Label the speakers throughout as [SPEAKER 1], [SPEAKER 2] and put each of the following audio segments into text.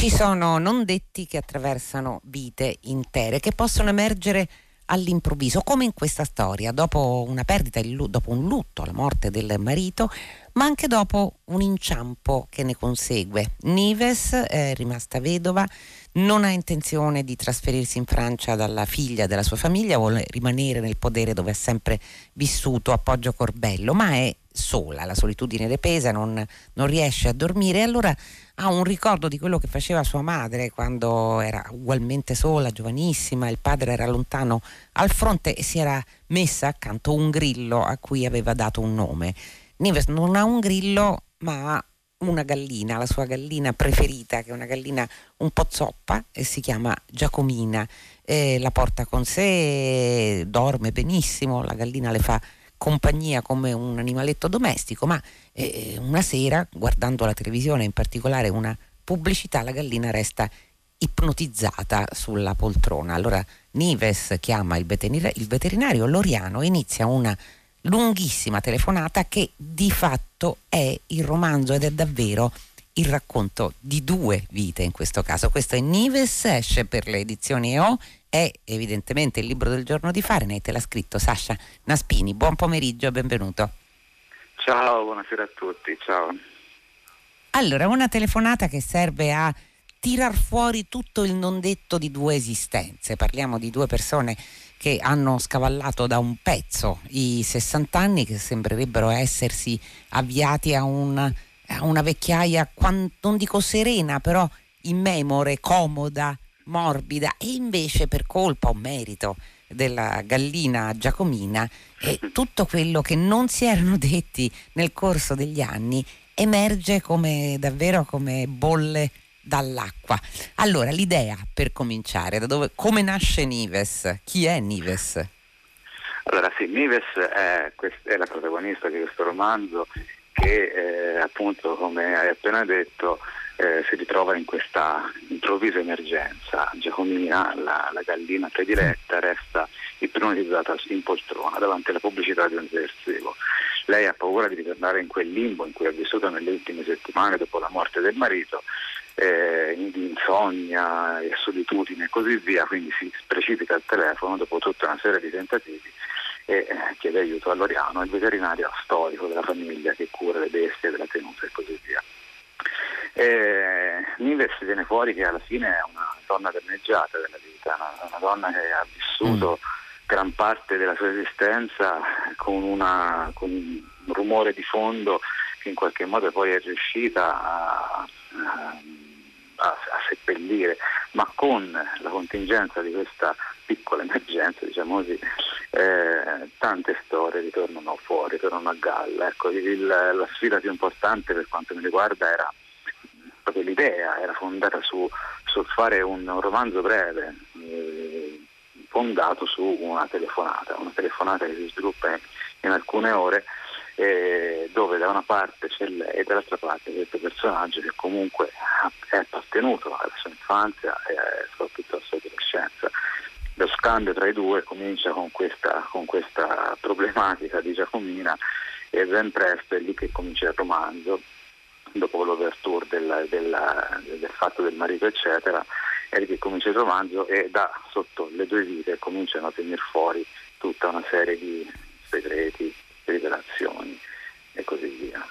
[SPEAKER 1] Ci sono non detti che attraversano vite intere, che possono emergere all'improvviso, come in questa storia, dopo una perdita, dopo un lutto, la morte del marito, ma anche dopo un inciampo che ne consegue. Nives è rimasta vedova, non ha intenzione di trasferirsi in Francia dalla figlia della sua famiglia, vuole rimanere nel podere dove ha sempre vissuto, a Poggio Corbello, ma è sola, la solitudine le pesa, non riesce a dormire, e allora ha un ricordo di quello che faceva sua madre quando era ugualmente sola, giovanissima, il padre era lontano al fronte e si era messa accanto un grillo a cui aveva dato un nome. Nives non ha un grillo, ma ha una gallina, la sua gallina preferita, che è una gallina un po' zoppa e si chiama Giacomina. La porta con sé, dorme benissimo, la gallina le fa compagnia come un animaletto domestico, ma una sera, guardando la televisione, in particolare una pubblicità, la gallina resta ipnotizzata sulla poltrona. Allora Nives chiama il veterinario Loriano e inizia una lunghissima telefonata che di fatto è il romanzo ed è davvero il racconto di due vite in questo caso. Questo è Nives, esce per le edizioni EO, è evidentemente il libro del giorno di Fahrenheit, l'ha scritto Sasha Naspini. Buon pomeriggio, benvenuto.
[SPEAKER 2] Ciao, buonasera a tutti, ciao.
[SPEAKER 1] Allora, una telefonata che serve a tirar fuori tutto il non detto di due esistenze. Parliamo di due persone che hanno scavallato da un pezzo i 60 anni, che sembrerebbero essersi avviati a una vecchiaia, non dico serena, però immemore, comoda, morbida, e invece per colpa o merito della gallina Giacomina tutto quello che non si erano detti nel corso degli anni emerge davvero come bolle dall'acqua. Allora, l'idea, per cominciare, come nasce Nives? Chi è Nives?
[SPEAKER 2] Allora sì, Nives è la protagonista di questo romanzo che appunto, come hai appena detto, si ritrova in questa improvvisa emergenza. Giacomina, la gallina prediletta, resta ipnotizzata in poltrona davanti alla pubblicità di un detersivo. Lei ha paura di ritornare in quel limbo in cui ha vissuto nelle ultime settimane dopo la morte del marito, di insonnia e solitudine e così via, quindi si precipita al telefono dopo tutta una serie di tentativi e chiede aiuto a Loriano, il veterinario storico della famiglia che cura le bestie della tenuta e così via. Nives viene fuori che alla fine è una donna danneggiata della vita, una donna che ha vissuto gran parte della sua esistenza con un rumore di fondo che in qualche modo poi è riuscita a seppellire, ma con la contingenza di questa piccola emergenza, diciamo così, tante storie ritornano fuori, tornano a galla. Ecco, la sfida più importante per quanto mi riguarda era proprio l'idea, era fondata sul fare un romanzo breve, fondato su una telefonata che si sviluppa in alcune ore, dove da una parte c'è lei e dall'altra parte questo personaggio che comunque è appartenuto alla sua infanzia e soprattutto alla sua adolescenza. Lo scambio tra i due comincia con questa problematica di Giacomina e ben presto è lì che comincia il romanzo, dopo l'ouverture del fatto del marito eccetera, è lì che comincia il romanzo e da sotto le due vite cominciano a venire fuori tutta una serie di segreti, rivelazioni e così via.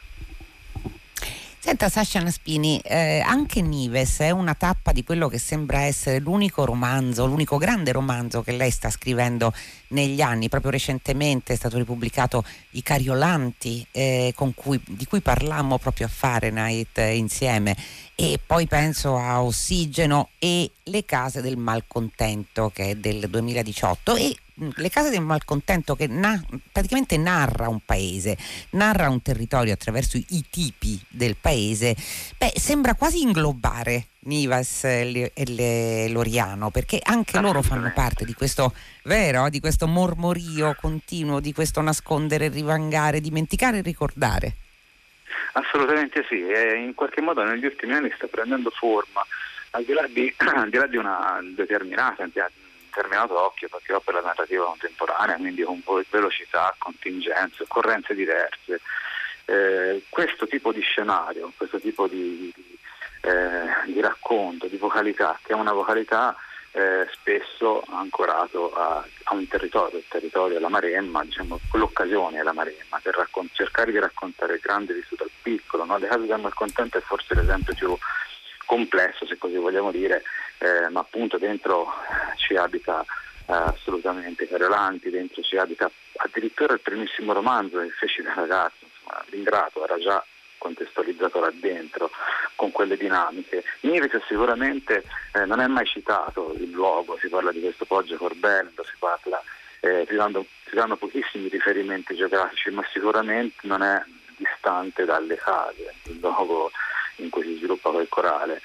[SPEAKER 1] Senta Sasha Naspini, anche Nives è una tappa di quello che sembra essere l'unico grande romanzo che lei sta scrivendo negli anni. Proprio recentemente è stato ripubblicato I Cariolanti, di cui parlammo proprio a Fahrenheit insieme, e poi penso a Ossigeno e Le Case del Malcontento, che è del 2018, e Le Case del Malcontento che praticamente narra un paese, narra un territorio attraverso i tipi del paese. Sembra quasi inglobare Nives e Loriano, perché anche loro fanno parte di questo di questo mormorio continuo, di questo nascondere, rivangare, dimenticare e ricordare.
[SPEAKER 2] Assolutamente sì, e in qualche modo negli ultimi anni sta prendendo forma, al di là di una determinato occhio, perché ho per la narrativa contemporanea, quindi con velocità, contingenze, occorrenze diverse. Questo tipo di scenario, questo tipo di di racconto, di vocalità, che è una vocalità spesso ancorato a un territorio, il territorio è la Maremma, diciamo, quell'occasione è la Maremma, per cercare di raccontare il grande vissuto al piccolo, no? Le case del malcontento è forse l'esempio più complesso, se così vogliamo dire, ma appunto dentro ci abita assolutamente Cariolanti, dentro ci abita addirittura il primissimo romanzo che feci da ragazzo, insomma, L'Ingrato era già contestualizzato là dentro con quelle dinamiche. Nives sicuramente non è mai citato il luogo, si parla di questo Poggio Corbello, si danno pochissimi riferimenti geografici, ma sicuramente non è distante dalle case, il luogo in cui si sviluppa quel corale.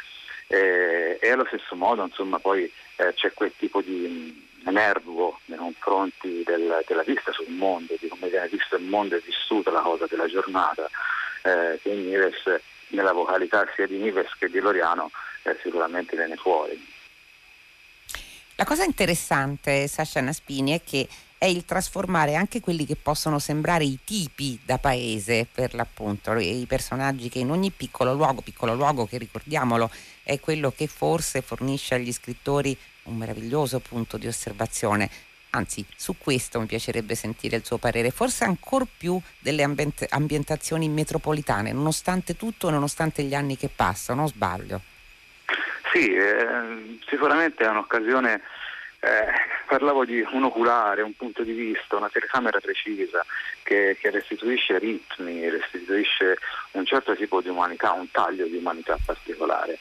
[SPEAKER 2] E allo stesso modo, insomma, poi c'è quel tipo di nervo nei confronti della vista sul mondo, di come viene visto il mondo e vissuta la cosa della giornata, che Nives, nella vocalità sia di Nives che di Loriano, sicuramente viene fuori.
[SPEAKER 1] La cosa interessante, Sasha Naspini, è che è il trasformare anche quelli che possono sembrare i tipi da paese, per l'appunto, i personaggi che in ogni piccolo luogo che, ricordiamolo, è quello che forse fornisce agli scrittori un meraviglioso punto di osservazione. Anzi, su questo mi piacerebbe sentire il suo parere, forse ancor più delle ambientazioni metropolitane, nonostante tutto, nonostante gli anni che passano, o sbaglio?
[SPEAKER 2] Sì, sicuramente è un'occasione, parlavo di un oculare, un punto di vista, una telecamera precisa che restituisce ritmi, restituisce un certo tipo di umanità, un taglio di umanità particolare.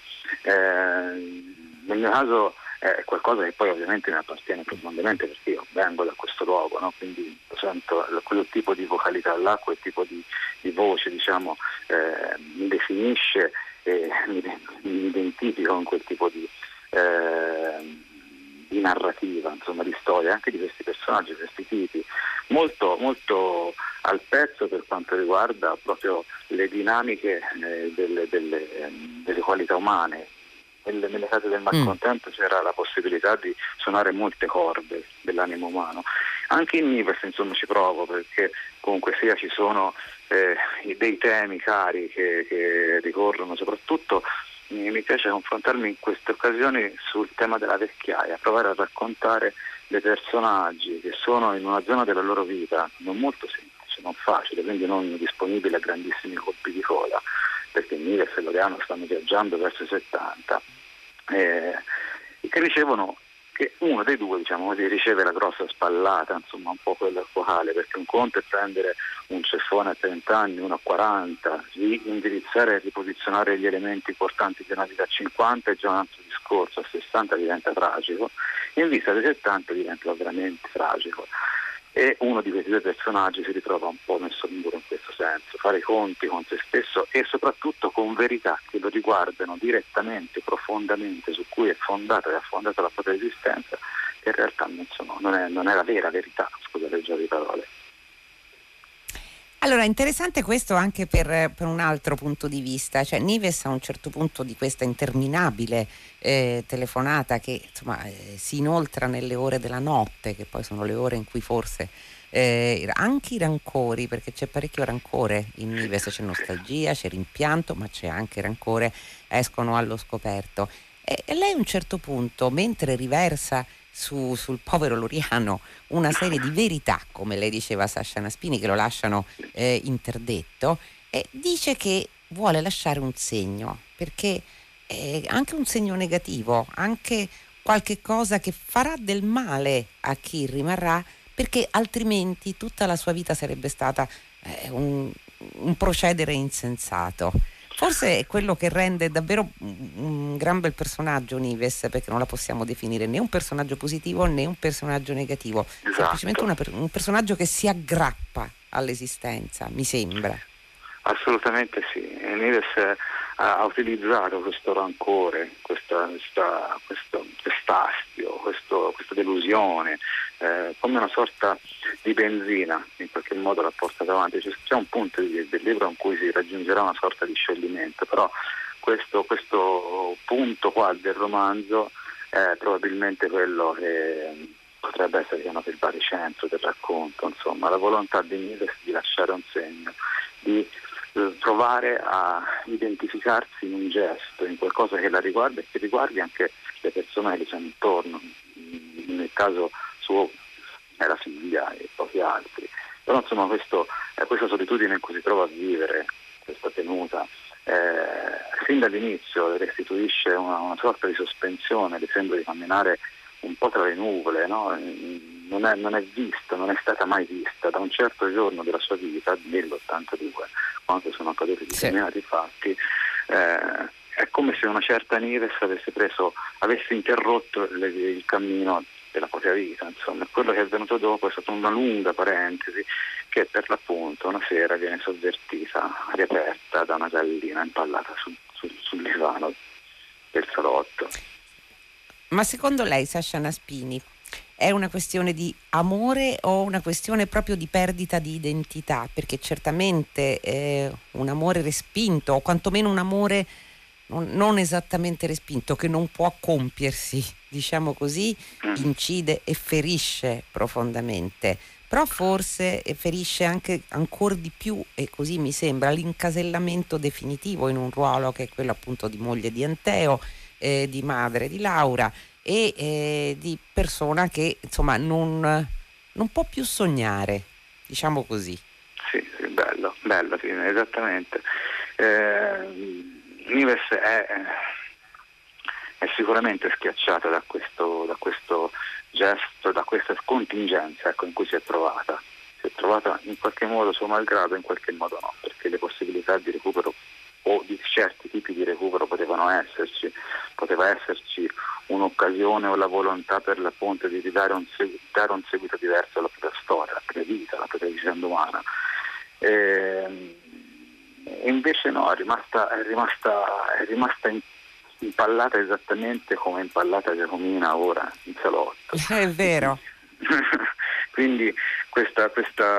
[SPEAKER 2] Nel mio caso è qualcosa che poi ovviamente mi appartiene profondamente, perché io vengo da questo luogo, no? Quindi sento quel tipo di vocalità là, quel tipo di voce, diciamo, mi definisce e mi identifico con quel tipo di narrativa, insomma, di storia, anche di questi personaggi, questi tipi, molto, molto al pezzo per quanto riguarda proprio le dinamiche delle qualità umane. Nelle case del malcontento c'era la possibilità di suonare molte corde dell'animo umano. Anche in Nives, insomma, ci provo, perché comunque sia ci sono dei temi cari che ricorrono, soprattutto mi piace confrontarmi in queste occasioni sul tema della vecchiaia, provare a raccontare dei personaggi che sono in una zona della loro vita non molto semplice, non facile, quindi non disponibile a grandissimi colpi di coda, perché Nives e Loriano stanno viaggiando verso i 70, che ricevono, che uno dei due, diciamo così, riceve la grossa spallata, insomma un po' quella epocale, perché un conto è prendere un ceffone a 30 anni, uno a 40, indirizzare e riposizionare gli elementi importanti di una vita a 50 è già un altro discorso, a 60 diventa tragico, in vista dei 70 diventa veramente tragico. E uno di questi due personaggi si ritrova un po' messo in muro in questo senso, fare i conti con se stesso e soprattutto con verità che lo riguardano direttamente, profondamente, su cui è fondata e ha fondato la propria esistenza, che in realtà non è la vera verità, scusate il gioco di parole.
[SPEAKER 1] Allora, interessante questo anche per un altro punto di vista, cioè Nives a un certo punto di questa interminabile telefonata che insomma si inoltra nelle ore della notte, che poi sono le ore in cui forse anche i rancori, perché c'è parecchio rancore in Nives, c'è nostalgia, c'è rimpianto, ma c'è anche rancore, escono allo scoperto. E lei a un certo punto, mentre riversa sul povero Loriano una serie di verità, come lei diceva Sasha Naspini, che lo lasciano interdetto, dice che vuole lasciare un segno, perché anche un segno negativo, anche qualche cosa che farà del male a chi rimarrà, perché altrimenti tutta la sua vita sarebbe stata un procedere insensato. Forse è quello che rende davvero un gran bel personaggio Nives, perché non la possiamo definire né un personaggio positivo né un personaggio negativo,
[SPEAKER 2] Esatto.
[SPEAKER 1] Semplicemente un personaggio che si aggrappa all'esistenza, mi sembra.
[SPEAKER 2] Assolutamente sì, Nives ha utilizzato questo rancore, quest'astio, questa delusione, come una sorta di benzina, in qualche modo l'ha portata avanti. C'è un punto del libro in cui si raggiungerà una sorta di scioglimento, però questo punto qua del romanzo è probabilmente quello che potrebbe essere chiamato il baricentro del racconto, insomma, la volontà di Nives di lasciare un segno, di provare a identificarsi in un gesto, in qualcosa che la riguarda e che riguardi anche le persone che gli sono intorno. Nel caso suo è la figlia e pochi altri. Però insomma questa solitudine in cui si trova a vivere, questa tenuta, fin dall'inizio restituisce una sorta di sospensione, le sembra di camminare un po' tra le nuvole, no? Non è vista, non è stata mai vista da un certo giorno della sua vita, nell'82, quando sono accaduti determinati fatti. È come se una certa Nives avesse interrotto il cammino della propria vita, insomma. Quello che è venuto dopo è stata una lunga parentesi che per l'appunto una sera viene sovvertita, riaperta da una gallina impallata sul divano del salotto.
[SPEAKER 1] Ma secondo lei, Sasha Naspini, è una questione di amore o una questione proprio di perdita di identità? Perché certamente un amore respinto, o quantomeno un amore non esattamente respinto, che non può compiersi, diciamo così, incide e ferisce profondamente, però forse ferisce anche ancora di più, e così mi sembra, l'incasellamento definitivo in un ruolo che è quello appunto di moglie di Anteo, di madre di Laura e di persona che insomma non può più sognare, diciamo così.
[SPEAKER 2] Sì, bello, sì, esattamente. Nives è sicuramente schiacciata da questo gesto, da questa contingenza, ecco, in cui si è trovata. Si è trovata in qualche modo suo malgrado, in qualche modo no, perché le possibilità di recupero o di certi tipi di recupero poteva esserci un'occasione o la volontà per l'appunto di dare un seguito diverso alla propria storia, alla propria vita, alla propria vicenda umana. E invece no, è rimasta impallata esattamente come è impallata Giacomina ora in salotto.
[SPEAKER 1] È vero.
[SPEAKER 2] Quindi questa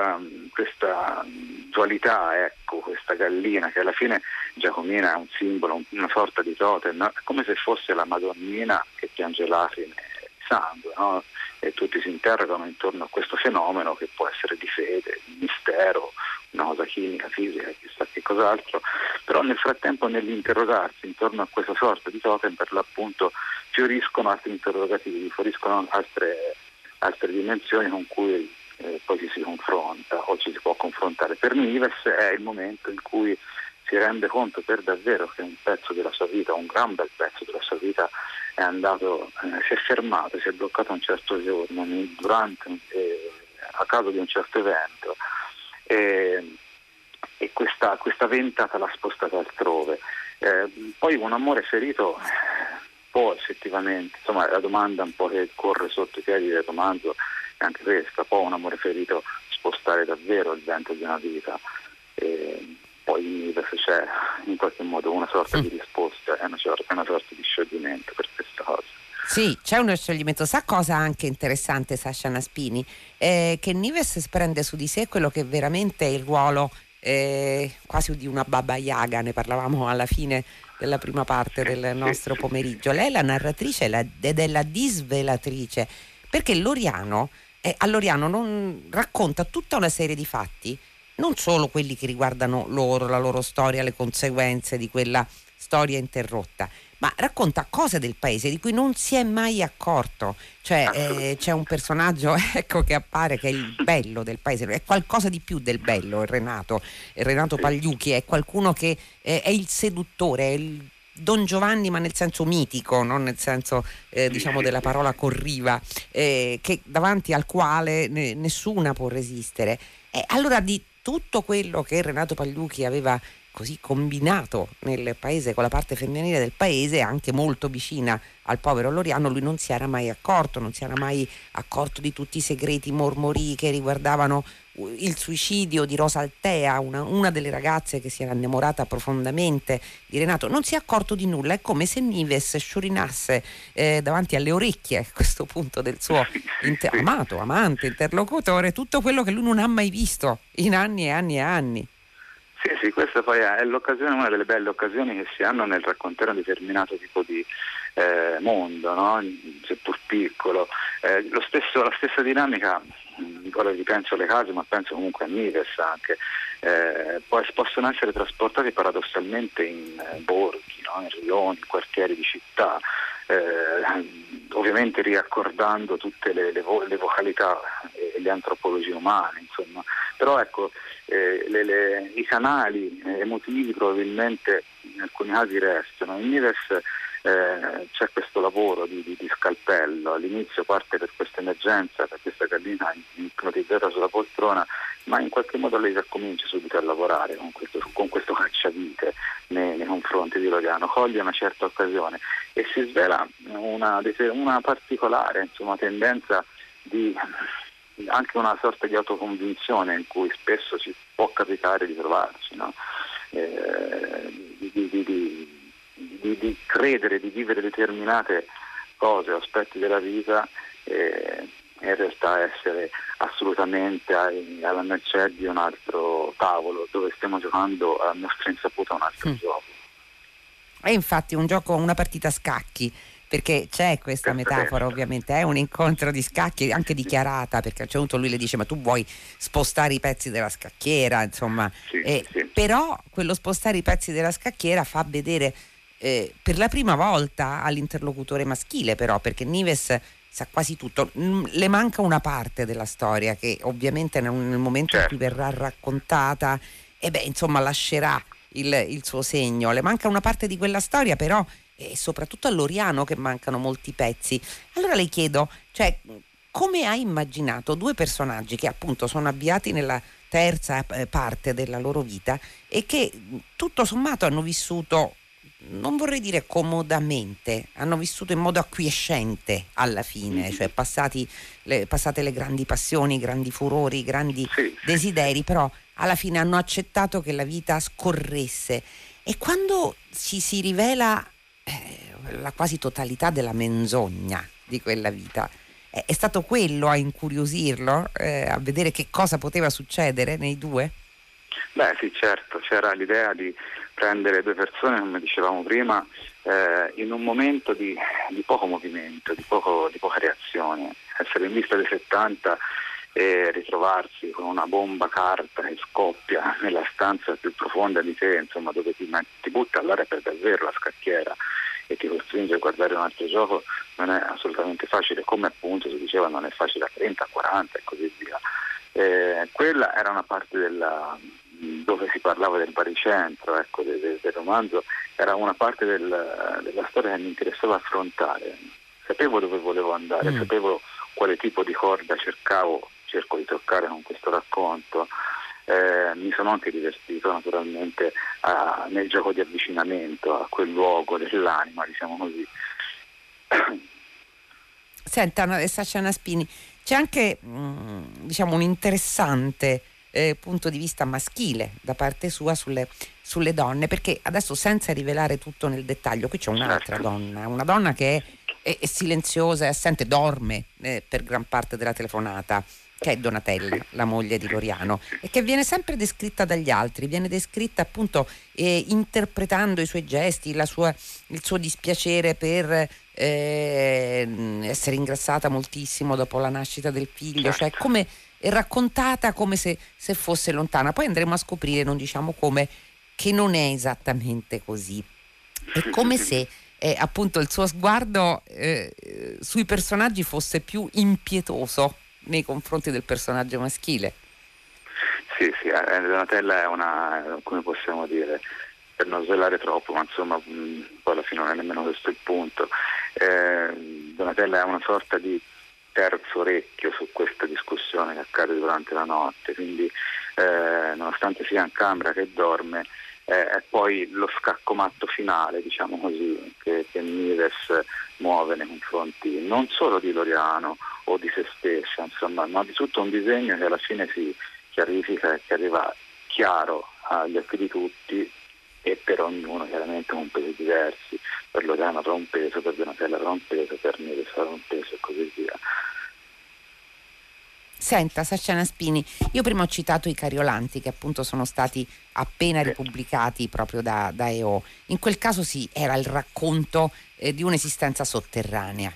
[SPEAKER 2] dualità, ecco, questa gallina che alla fine Giacomina è un simbolo, una sorta di totem, è come se fosse la Madonnina che piange lacrime di sangue, no? E tutti si interrogano intorno a questo fenomeno che può essere di fede, di mistero, una cosa chimica, fisica, chissà che cos'altro, però nel frattempo nell'interrogarsi intorno a questa sorta di totem per l'appunto fioriscono altri interrogativi, fioriscono altre dimensioni con cui poi ci si confronta o ci si può confrontare. Per Nives è il momento in cui si rende conto per davvero che un pezzo della sua vita, un gran bel pezzo della sua vita è andato, si è fermato, si è bloccato un certo giorno a causa di un certo evento e questa ventata l'ha spostata altrove. Poi un amore ferito può effettivamente, insomma la domanda un po' che corre sotto i piedi del romanzo è anche questa: può un amore ferito spostare davvero il vento di una vita? Poi c'è in qualche modo una sorta di risposta, è una sorta di scioglimento per questa cosa.
[SPEAKER 1] Sì, c'è uno scioglimento. Sa cosa anche interessante, Sasha Naspini? Che Nives prende su di sé quello che veramente è il ruolo quasi di una Baba Yaga, ne parlavamo alla fine della prima parte del nostro pomeriggio. Lei è la narratrice ed è la disvelatrice, perché a Loriano non racconta tutta una serie di fatti, non solo quelli che riguardano loro, la loro storia, le conseguenze di quella storia interrotta, ma racconta cose del paese di cui non si è mai accorto. Cioè c'è un personaggio ecco che appare, che è il bello del paese, è qualcosa di più del bello, il Renato Pagliuchi è qualcuno che è il seduttore, è il Don Giovanni, ma nel senso mitico, non nel senso diciamo della parola corriva, che davanti al quale nessuna può resistere. Allora, di tutto quello che Renato Pagliuchi aveva così combinato nel paese, con la parte femminile del paese, anche molto vicina al povero Loriano, lui non si era mai accorto di tutti i segreti mormorii che riguardavano il suicidio di Rosa Altea, una delle ragazze che si era innamorata profondamente di Renato. Non si è accorto di nulla, è come se Nives sciorinasse davanti alle orecchie a questo punto del suo amato, amante, interlocutore, tutto quello che lui non ha mai visto in anni e anni e anni.
[SPEAKER 2] Sì, questa poi è l'occasione, una delle belle occasioni che si hanno nel raccontare un determinato tipo di mondo, no? Seppur piccolo. La stessa dinamica, ora ripenso alle case, ma penso comunque a Nives anche, poi possono essere trasportati paradossalmente in borghi, no? In rioni, in quartieri di città, ovviamente riaccordando tutte le vocalità e le antropologie umane, insomma. Però ecco, i canali emotivi probabilmente in alcuni casi restano. In Nives c'è questo lavoro di scalpello. All'inizio parte per questa emergenza, per questa gallina ipnotizzata sulla poltrona, ma in qualche modo lei comincia subito a lavorare con questo cacciavite nei confronti di Loriano, coglie una certa occasione e si svela una particolare, insomma, tendenza di anche una sorta di autoconvinzione in cui spesso ci può capitare di trovarci, no? Di credere, di vivere determinate cose o aspetti della vita e in realtà essere assolutamente alla mercé di un altro tavolo dove stiamo giocando a nostra insaputa un altro gioco.
[SPEAKER 1] E infatti un gioco, una partita a scacchi, perché c'è questa metafora, ovviamente è un incontro di scacchi anche dichiarata, perché a un certo punto lui le dice ma tu vuoi spostare i pezzi della scacchiera, insomma,
[SPEAKER 2] sì.
[SPEAKER 1] Però quello spostare i pezzi della scacchiera fa vedere per la prima volta all'interlocutore maschile, però, perché Nives sa quasi tutto, le manca una parte della storia che ovviamente nel momento in cui verrà raccontata insomma lascerà il suo segno, le manca una parte di quella storia, però soprattutto a Loriano che mancano molti pezzi. Allora le chiedo, cioè, come ha immaginato due personaggi che appunto sono avviati nella terza parte della loro vita e che tutto sommato hanno vissuto, non vorrei dire comodamente, hanno vissuto in modo acquiescente alla fine, cioè passate le grandi passioni, i grandi furori, i grandi desideri, però alla fine hanno accettato che la vita scorresse. E quando si rivela la quasi totalità della menzogna di quella vita, è stato quello a incuriosirlo, a vedere che cosa poteva succedere nei due?
[SPEAKER 2] Beh sì, certo, c'era l'idea di prendere due persone, come dicevamo prima, in un momento di poco movimento, di poca reazione. Essere in vista dei 70 e ritrovarsi con una bomba carta che scoppia nella stanza più profonda di te, insomma, dove ti butta all'aria per davvero la scacchiera e ti costringe a guardare un altro gioco, non è assolutamente facile, come appunto si diceva non è facile a 30, a 40 e così via. Quella era una parte dove si parlava del baricentro, ecco, del romanzo, era una parte della storia che mi interessava affrontare. Sapevo dove volevo andare, sapevo quale tipo di corda cerco di toccare con questo racconto. Mi sono anche divertito naturalmente nel gioco di avvicinamento a quel luogo dell'anima, diciamo così.
[SPEAKER 1] Senta, Sasha Naspini, c'è anche diciamo un interessante punto di vista maschile da parte sua sulle donne, perché adesso, senza rivelare tutto nel dettaglio, qui c'è un'altra donna, una donna che è silenziosa, è assente, dorme per gran parte della telefonata, che è Donatella, la moglie di Loriano, e che viene sempre descritta dagli altri, viene descritta appunto interpretando i suoi gesti, il suo dispiacere per essere ingrassata moltissimo dopo la nascita del figlio, cioè come è raccontata come se fosse lontana. Poi andremo a scoprire, non diciamo come, che non è esattamente così. È come se appunto il suo sguardo sui personaggi fosse più impietoso nei confronti del personaggio maschile.
[SPEAKER 2] Sì, Donatella è una, come possiamo dire, per non svelare troppo, ma insomma poi alla fine non è nemmeno questo il punto. Donatella è una sorta di terzo orecchio su questa discussione che accade durante la notte, quindi nonostante sia in camera che dorme, è poi lo scaccomatto finale, diciamo così, che Nives muove nei confronti non solo di Loriano o di se stessa, insomma, ma di tutto un disegno che alla fine si chiarifica e che arriva chiaro agli occhi di tutti e per ognuno chiaramente con pesi diversi. Per Loriano avrà un peso, per Donatella avrà un peso, per Nives avrà un peso e così via.
[SPEAKER 1] Senta, Sasha Naspini, io prima ho citato i Cariolanti, che appunto sono stati appena ripubblicati proprio da EO. In quel caso sì, era il racconto di un'esistenza sotterranea,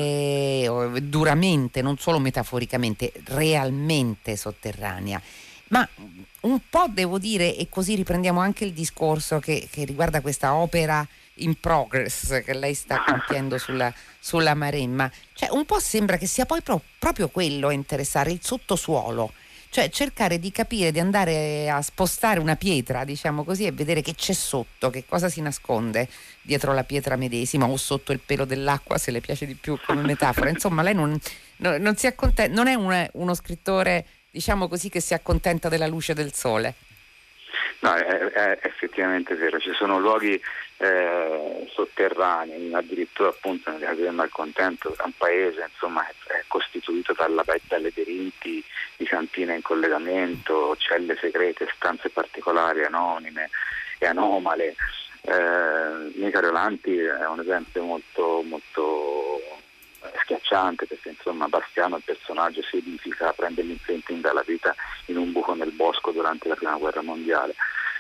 [SPEAKER 1] duramente, non solo metaforicamente, realmente sotterranea. Ma un po' devo dire, e così riprendiamo anche il discorso che riguarda questa opera in progress che lei sta compiendo sulla Maremma, cioè un po' sembra che sia poi proprio quello a interessare, il sottosuolo, cioè cercare di capire, di andare a spostare una pietra, diciamo così, e vedere che c'è sotto, che cosa si nasconde dietro la pietra medesima o sotto il pelo dell'acqua, se le piace di più come metafora. Insomma, lei non si accontenta, non è uno scrittore, diciamo così, che si accontenta della luce del sole.
[SPEAKER 2] No, è effettivamente vero, ci sono luoghi sotterranei, addirittura appunto nelle case del malcontento, è un paese insomma è costituito dalle labirinti di cantine in collegamento, celle segrete, stanze particolari, anonime e anomale. Micariolanti è un esempio molto molto schiacciante, perché insomma Bastiano, il personaggio, si edifica, prende l'imprinting dalla vita in un buco nel bosco durante la prima guerra mondiale.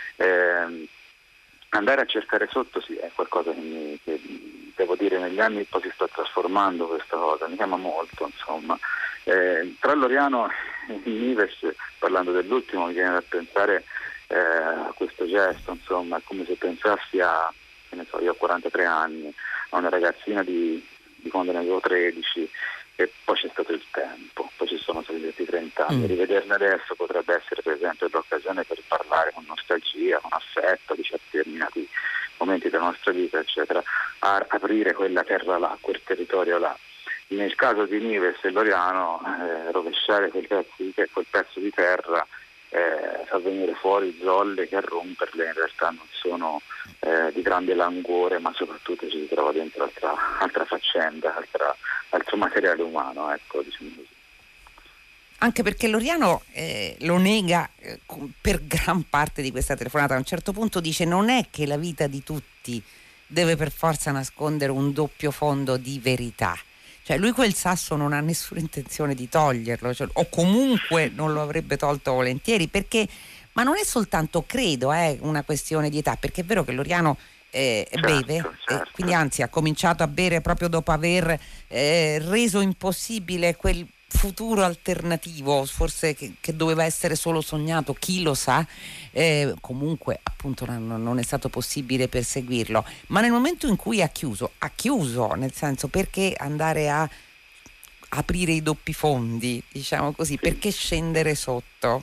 [SPEAKER 2] Andare a cercare sotto sì, è qualcosa che devo dire negli anni poi si sta trasformando, questa cosa mi chiama molto, insomma. Tra Loriano e Nives, parlando dell'ultimo, mi viene da pensare a questo gesto, insomma, è come se pensassi a, che ne so, io ho 43 anni, a una ragazzina di quando ne avevo 13, e poi c'è stato il tempo, poi ci sono stati 30 anni. Rivederne adesso potrebbe essere per esempio l'occasione per parlare con nostalgia, con affetto di determinati momenti della nostra vita, eccetera, a aprire quella terra là, quel territorio là. Nel caso di Nives e Loriano, rovesciare quel pezzo di terra fa venire fuori zolle che a romperle in realtà non sono di grande languore, ma soprattutto ci si trova dentro altra faccenda, altro materiale umano, ecco, diciamo così.
[SPEAKER 1] Anche perché Loriano lo nega per gran parte di questa telefonata. A un certo punto dice: non è che la vita di tutti deve per forza nascondere un doppio fondo di verità. Cioè lui quel sasso non ha nessuna intenzione di toglierlo, cioè, o comunque non lo avrebbe tolto volentieri, perché, ma non è soltanto, credo, una questione di età, perché è vero che Loriano beve,
[SPEAKER 2] certo.
[SPEAKER 1] quindi anzi ha cominciato a bere proprio dopo aver reso impossibile quel futuro alternativo, forse che doveva essere solo sognato, chi lo sa, comunque appunto non è stato possibile perseguirlo, ma nel momento in cui ha chiuso, nel senso, perché andare a aprire i doppi fondi, diciamo così, perché scendere sotto,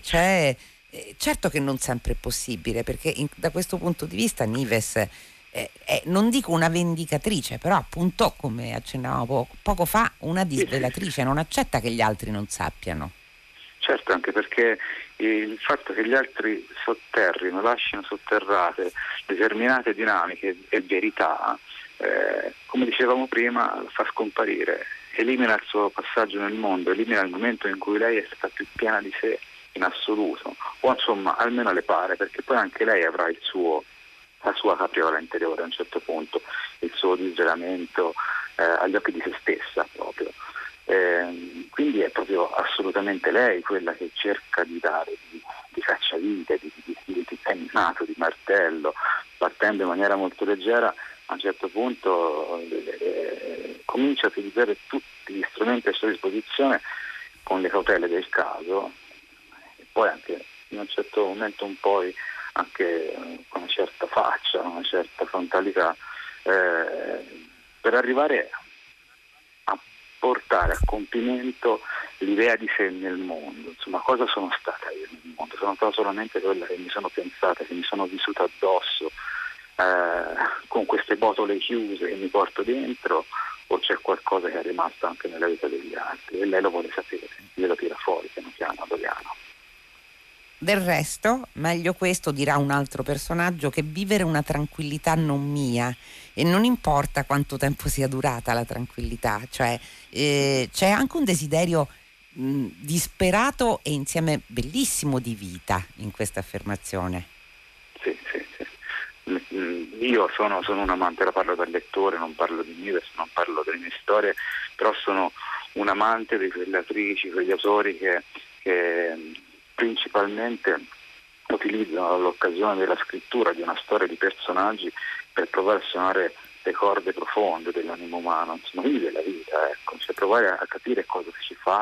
[SPEAKER 1] certo che non sempre è possibile, perché da questo punto di vista Nives non dico una vendicatrice, però appunto, come accennavamo poco fa, una disvelatrice, non accetta che gli altri non sappiano.
[SPEAKER 2] Certo, anche perché il fatto che gli altri sotterrino, lasciano sotterrate determinate dinamiche e verità, come dicevamo prima, fa scomparire, elimina il suo passaggio nel mondo, elimina il momento in cui lei è stata più piena di sé in assoluto, o insomma almeno le pare, perché poi anche lei avrà la sua capriola interiore a un certo punto, il suo disvelamento agli occhi di se stessa proprio. Quindi è proprio assolutamente lei quella che cerca di dare di cacciavite, di pennato, di martello, partendo in maniera molto leggera. A un certo punto comincia a utilizzare tutti gli strumenti a sua disposizione con le cautele del caso, e poi anche in un certo momento anche con una certa faccia, una certa frontalità, per arrivare a portare a compimento l'idea di sé nel mondo. Insomma, cosa sono stata io nel mondo? Sono stata solamente quella che mi sono pensata, che mi sono vissuta addosso, con queste botole chiuse che mi porto dentro, o c'è qualcosa che è rimasto anche nella vita degli altri? E lei lo vuole sapere, glielo tira fuori piano piano, Doriano.
[SPEAKER 1] Del resto, meglio questo, dirà un altro personaggio, che vivere una tranquillità non mia, e non importa quanto tempo sia durata la tranquillità, cioè c'è anche un desiderio disperato e insieme bellissimo di vita in questa affermazione.
[SPEAKER 2] Sì. Io sono un amante, la parlo da lettore, non parlo di Nives, non parlo delle mie storie, però sono un amante di quelle autrici, quegli autori che principalmente utilizzano l'occasione della scrittura di una storia di personaggi per provare a suonare le corde profonde dell'animo umano, insomma, quindi della vita, ecco, cioè provare a capire cosa ci fa,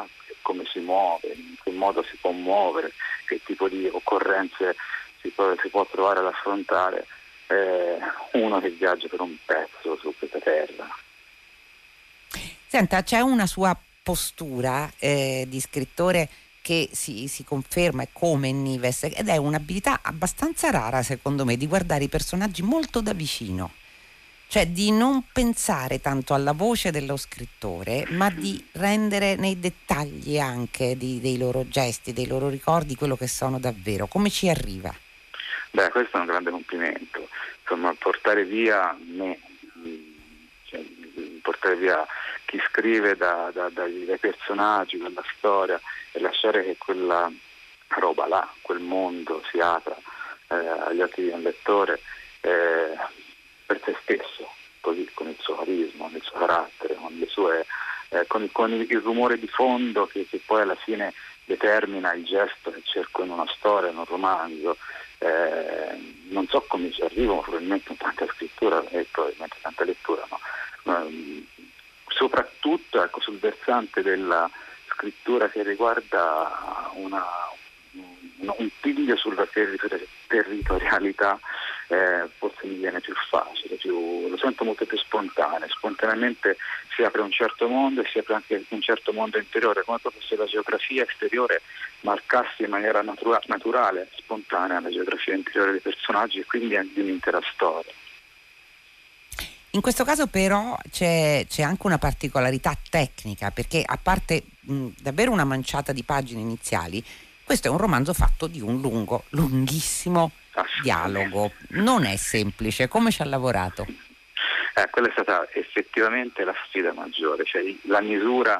[SPEAKER 2] come si muove, in che modo si può muovere, che tipo di occorrenze si può trovare ad affrontare uno che viaggia per un pezzo su questa terra.
[SPEAKER 1] Senta, c'è una sua postura di scrittore che si conferma è come Nives, ed è un'abilità abbastanza rara secondo me, di guardare i personaggi molto da vicino, cioè di non pensare tanto alla voce dello scrittore, ma di rendere nei dettagli anche dei loro gesti, dei loro ricordi, quello che sono davvero. Come ci arriva?
[SPEAKER 2] Beh, questo è un grande complimento, insomma, portare via me, cioè, portare via chi scrive dai personaggi, dalla storia, e lasciare che quella roba là, quel mondo si apra agli occhi di un lettore per se stesso, così, con il suo carisma, con il suo carattere, con le sue, con il rumore di fondo che poi alla fine determina il gesto che cerco in una storia, in un romanzo. Non so come ci arrivo, probabilmente tanta scrittura e probabilmente tanta lettura, no? Soprattutto, ecco, sul versante della scrittura che riguarda un piglio sulla territorialità, forse mi viene più facile, lo sento molto più spontaneamente si apre un certo mondo e si apre anche un certo mondo interiore, come proprio se la geografia esteriore marcasse in maniera naturale, spontanea, la geografia interiore dei personaggi e quindi anche di un'intera storia.
[SPEAKER 1] In questo caso però c'è anche una particolarità tecnica, perché a parte davvero una manciata di pagine iniziali, questo è un romanzo fatto di un lunghissimo dialogo. Non è semplice. Come ci ha lavorato?
[SPEAKER 2] Quella è stata effettivamente la sfida maggiore, cioè la misura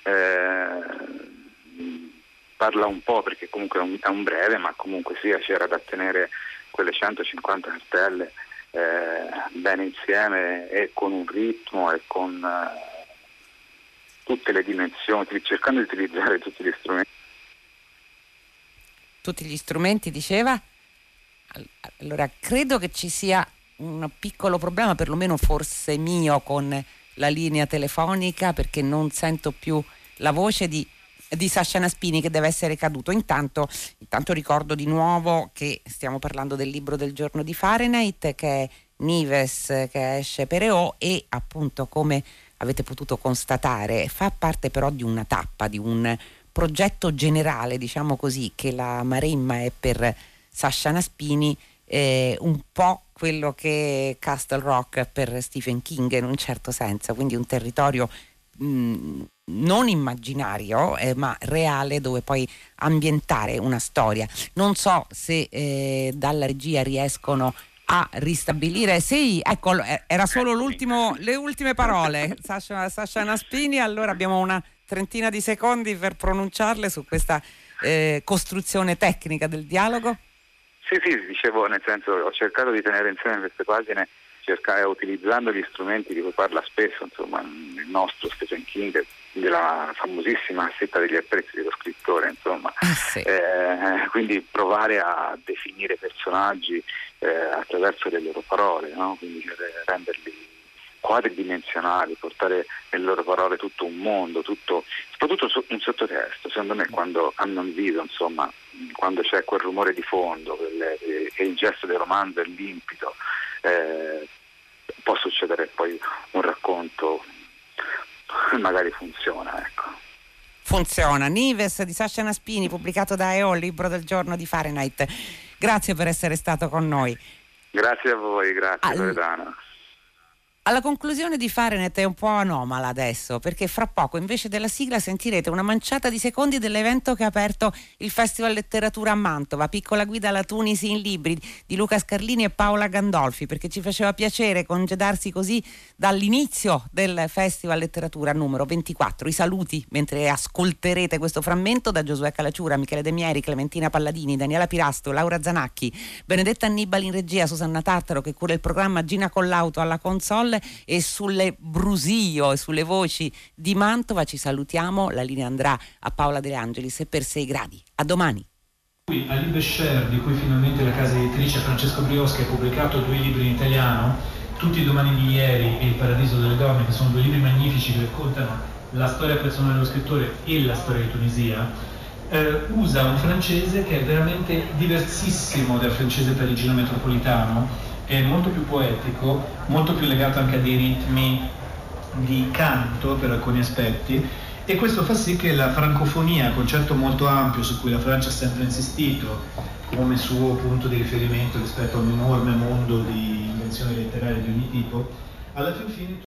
[SPEAKER 2] parla un po', perché comunque è un breve, ma comunque sia c'era da tenere quelle 150 cartelle bene insieme e con un ritmo e con tutte le dimensioni, cercando di utilizzare tutti gli strumenti.
[SPEAKER 1] Tutti gli strumenti, diceva? Allora, credo che ci sia un piccolo problema, perlomeno forse mio, con la linea telefonica, perché non sento più la voce di Sasha Naspini, che deve essere caduto. Intanto ricordo di nuovo che stiamo parlando del libro del giorno di Fahrenheit, che è Nives, che esce per EO e appunto, come avete potuto constatare, fa parte però di una tappa, di un progetto generale, diciamo così, che la Maremma è per Sasha Naspini, un po' quello che Castle Rock per Stephen King in un certo senso, quindi un territorio non immaginario ma reale, dove poi ambientare una storia. Non so se dalla regia riescono a ristabilire. Sì, ecco, era solo le ultime parole. Sasha Naspini, allora abbiamo una trentina di secondi per pronunciarle su questa costruzione tecnica del dialogo.
[SPEAKER 2] Sì, dicevo, nel senso, ho cercato di tenere insieme queste pagine utilizzando gli strumenti di cui parla spesso, insomma, il nostro Stephen King, della famosissima cassetta degli apprezzi dello scrittore, insomma.
[SPEAKER 1] Sì.
[SPEAKER 2] Quindi provare a definire personaggi attraverso le loro parole, no? Quindi renderli quadridimensionali, portare nelle loro parole tutto un mondo, soprattutto un sottotesto. Secondo me, quando hanno un viso, insomma, quando c'è quel rumore di fondo e il gesto del romanzo è limpido, può succedere poi un racconto magari funziona, ecco.
[SPEAKER 1] Funziona. Nives di Sasha Naspini, pubblicato da EO, libro del giorno di Fahrenheit. Grazie per essere stato con noi.
[SPEAKER 2] Grazie a voi, grazie Loredana.
[SPEAKER 1] Alla conclusione di Fahrenheit è un po' anomala adesso, perché fra poco invece della sigla sentirete una manciata di secondi dell'evento che ha aperto il Festival Letteratura a Mantova, piccola guida alla Tunisi in libri di Luca Scarlini e Paola Gandolfi, perché ci faceva piacere congedarsi così dall'inizio del Festival Letteratura numero 24. I saluti mentre ascolterete questo frammento da Giosuè Calacciura, Michele De Mieri, Clementina Palladini, Daniela Pirasto, Laura Zanacchi, Benedetta Annibali in regia, Susanna Tartaro che cura il programma, Gina Collauto alla console, e sulle brusio e sulle voci di Mantova ci salutiamo. La linea andrà a Paola De Angelis e per 6 gradi. A domani.
[SPEAKER 3] A Libescher, di cui finalmente la casa editrice Francesco Brioschi ha pubblicato 2 libri in italiano, Tutti i domani di ieri e Il paradiso delle donne, che sono due libri magnifici che raccontano la storia personale dello scrittore e la storia di Tunisia, usa un francese che è veramente diversissimo dal francese parigino metropolitano, è molto più poetico, molto più legato anche a dei ritmi di canto per alcuni aspetti, e questo fa sì che la francofonia, concetto molto ampio su cui la Francia ha sempre insistito come suo punto di riferimento rispetto a un enorme mondo di invenzioni letterarie di ogni tipo, alla fin fine